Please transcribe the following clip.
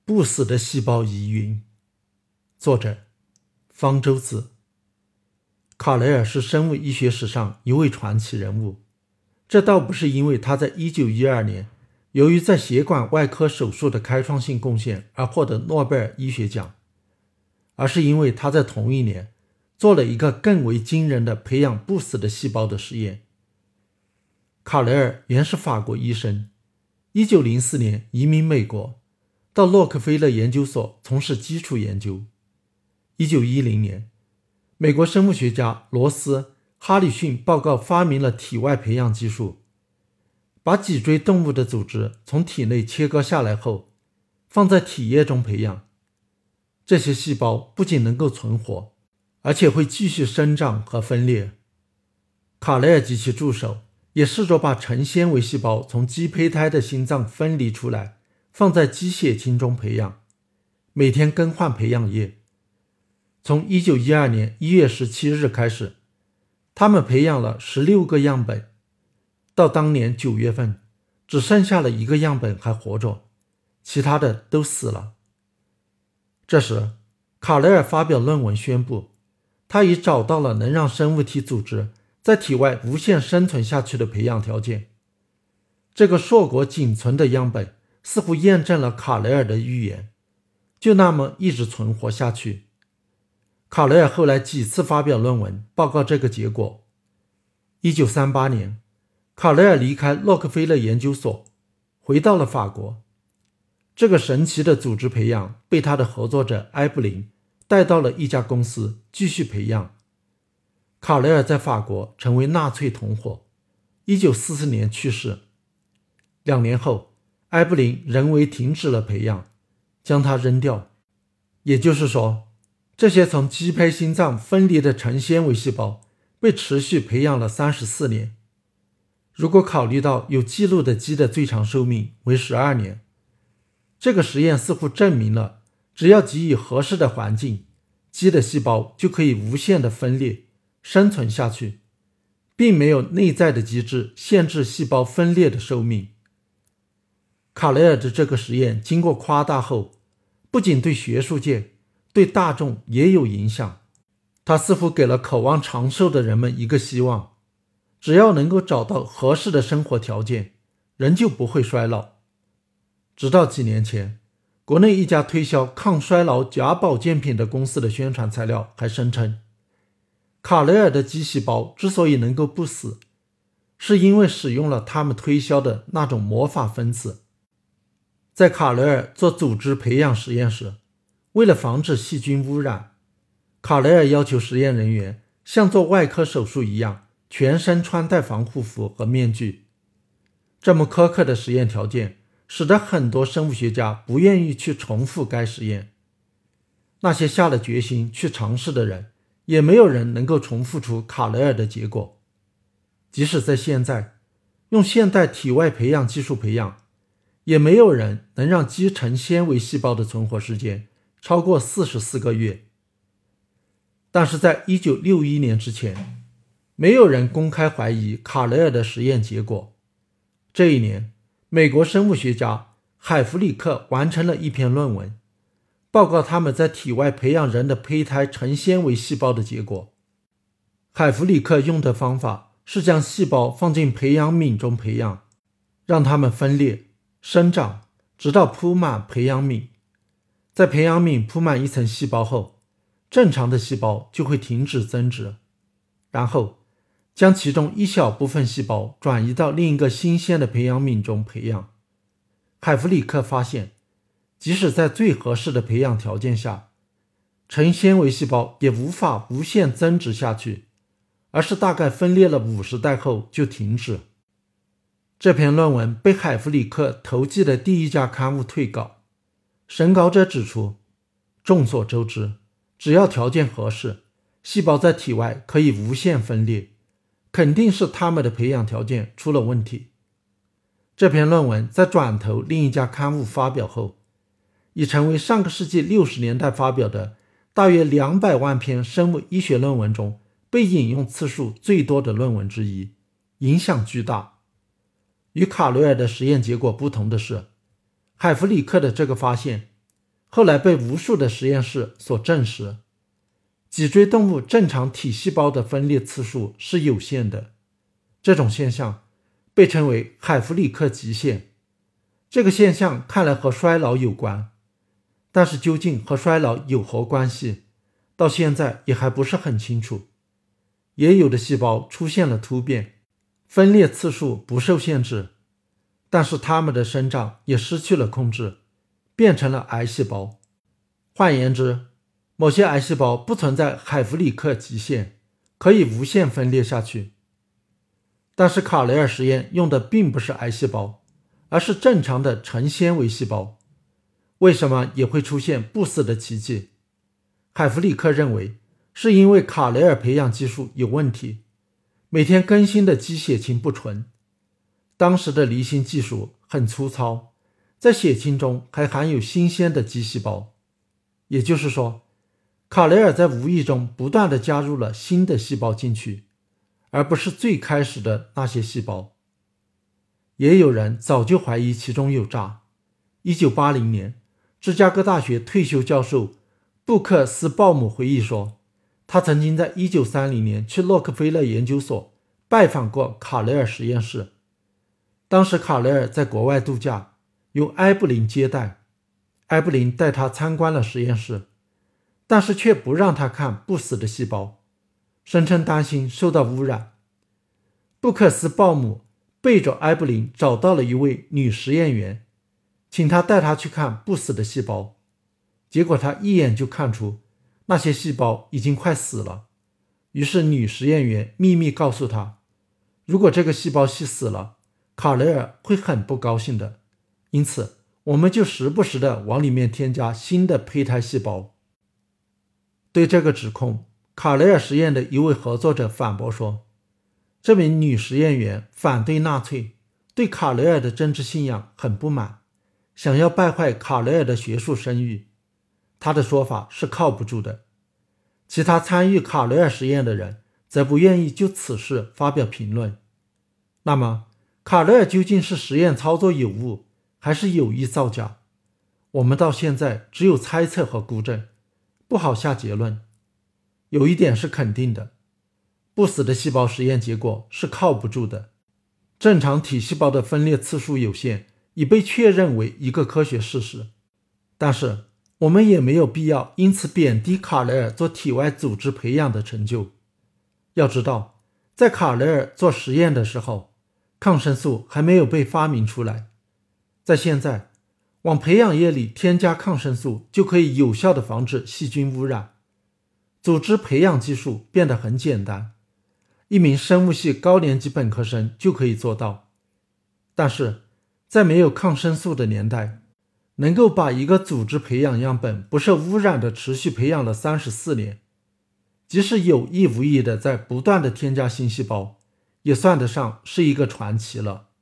不死的细胞疑云，作者方舟子。卡雷尔是生物医学史上一位传奇人物，这倒不是因为他在1912年由于在血管外科手术的开创性贡献而获得诺贝尔医学奖，而是因为他在同一年做了一个更为惊人的培养不死的细胞的实验。卡雷尔原是法国医生，1904年移民美国，到洛克菲勒研究所从事基础研究。1910年，美国生物学家罗斯·哈里逊报告发明了体外培养技术，把脊椎动物的组织从体内切割下来后，放在体液中培养。这些细胞不仅能够存活，而且会继续生长和分裂。卡雷尔及其助手也试着把成纤维细胞从鸡胚胎的心脏分离出来，放在鸡血清中培养，每天更换培养液。从1912年1月17日开始，他们培养了16个样本，到当年9月份，只剩下了1个样本还活着，其他的都死了。这时，卡雷尔发表论文宣布，他已找到了能让生物体组织在体外无限生存下去的培养条件。这个硕果仅存的样本似乎验证了卡雷尔的预言，就那么一直存活下去。卡雷尔后来几次发表论文报告这个结果。1938年，卡雷尔离开洛克菲勒研究所，回到了法国。这个神奇的组织培养被他的合作者埃布林带到了一家公司继续培养。卡雷尔在法国成为纳粹同伙，1944年去世。2年后，埃布林人为停止了培养，将它扔掉。也就是说，这些从鸡胚心脏分离的成纤维细胞被持续培养了34年。如果考虑到有记录的鸡的最长寿命为12年，这个实验似乎证明了，只要给予合适的环境，鸡的细胞就可以无限的分裂，生存下去，并没有内在的机制限制细胞分裂的寿命。卡雷尔的这个实验经过夸大后，不仅对学术界，对大众也有影响。他似乎给了渴望长寿的人们一个希望，只要能够找到合适的生活条件，人就不会衰老。直到几年前，国内一家推销抗衰老假保健品的公司的宣传材料还声称，卡雷尔的鸡细胞之所以能够不死，是因为使用了他们推销的那种魔法分子。在卡雷尔做组织培养实验时，为了防止细菌污染，卡雷尔要求实验人员像做外科手术一样，全身穿戴防护服和面具。这么苛刻的实验条件使得很多生物学家不愿意去重复该实验。那些下了决心去尝试的人，也没有人能够重复出卡雷尔的结果。即使在现在，用现代体外培养技术培养，也没有人能让鸡成纤维细胞的存活时间超过44个月。但是在1961年之前，没有人公开怀疑卡雷尔的实验结果。这一年，美国生物学家海弗里克完成了一篇论文，报告他们在体外培养人的胚胎成纤维细胞的结果。海弗里克用的方法是将细胞放进培养皿中培养，让它们分裂、生长，直到铺满培养皿。在培养皿铺满一层细胞后，正常的细胞就会停止增殖，然后将其中一小部分细胞转移到另一个新鲜的培养皿中培养。海弗里克发现，即使在最合适的培养条件下，成纤维细胞也无法无限增殖下去，而是大概分裂了50代后就停止。这篇论文被海弗里克投寄的第一家刊物退稿。审稿者指出，众所周知，只要条件合适，细胞在体外可以无限分裂，肯定是它们的培养条件出了问题。这篇论文在转投另一家刊物发表后，已成为上个世纪60年代发表的大约200万篇生物医学论文中被引用次数最多的论文之一，影响巨大。与卡雷尔的实验结果不同的是，海弗里克的这个发现后来被无数的实验室所证实，脊椎动物正常体细胞的分裂次数是有限的，这种现象被称为海弗里克极限。这个现象看来和衰老有关，但是究竟和衰老有何关系，到现在也还不是很清楚。也有的细胞出现了突变，分裂次数不受限制，但是它们的生长也失去了控制，变成了癌细胞。换言之，某些癌细胞不存在海弗里克极限，可以无限分裂下去。但是卡雷尔实验用的并不是癌细胞，而是正常的成纤维细胞。为什么也会出现不死的奇迹？海弗里克认为是因为卡雷尔培养技术有问题，每天更新的鸡血清不纯。当时的离心技术很粗糙，在血清中还含有新鲜的鸡细胞。也就是说，卡雷尔在无意中不断地加入了新的细胞进去，而不是最开始的那些细胞。也有人早就怀疑其中有诈。1980年，芝加哥大学退休教授布克斯鲍姆回忆说，他曾经在1930年去洛克菲勒研究所拜访过卡雷尔实验室。当时卡雷尔在国外度假，由埃布林接待。埃布林带他参观了实验室，但是却不让他看不死的细胞，声称担心受到污染。布克斯鲍姆背着埃布林找到了一位女实验员，请他带他去看不死的细胞。结果他一眼就看出那些细胞已经快死了，于是女实验员秘密告诉他，如果这个细胞系死了，卡雷尔会很不高兴的，因此我们就时不时的往里面添加新的胚胎细胞。对这个指控，卡雷尔实验的一位合作者反驳说，这名女实验员反对纳粹，对卡雷尔的政治信仰很不满，想要败坏卡雷尔的学术声誉。他的说法是靠不住的。其他参与卡雷尔实验的人则不愿意就此事发表评论。那么，卡雷尔究竟是实验操作有误，还是有意造假？我们到现在只有猜测和估证，不好下结论。有一点是肯定的，不死的细胞实验结果是靠不住的。正常体细胞的分裂次数有限，已被确认为一个科学事实。但是，我们也没有必要因此贬低卡雷尔做体外组织培养的成就。要知道，在卡雷尔做实验的时候，抗生素还没有被发明出来。在现在，往培养液里添加抗生素就可以有效地防止细菌污染。组织培养技术变得很简单，一名生物系高年级本科生就可以做到。但是，在没有抗生素的年代，能够把一个组织培养样本不受污染的持续培养了34年，即使有意无意的在不断的添加新细胞，也算得上是一个传奇了。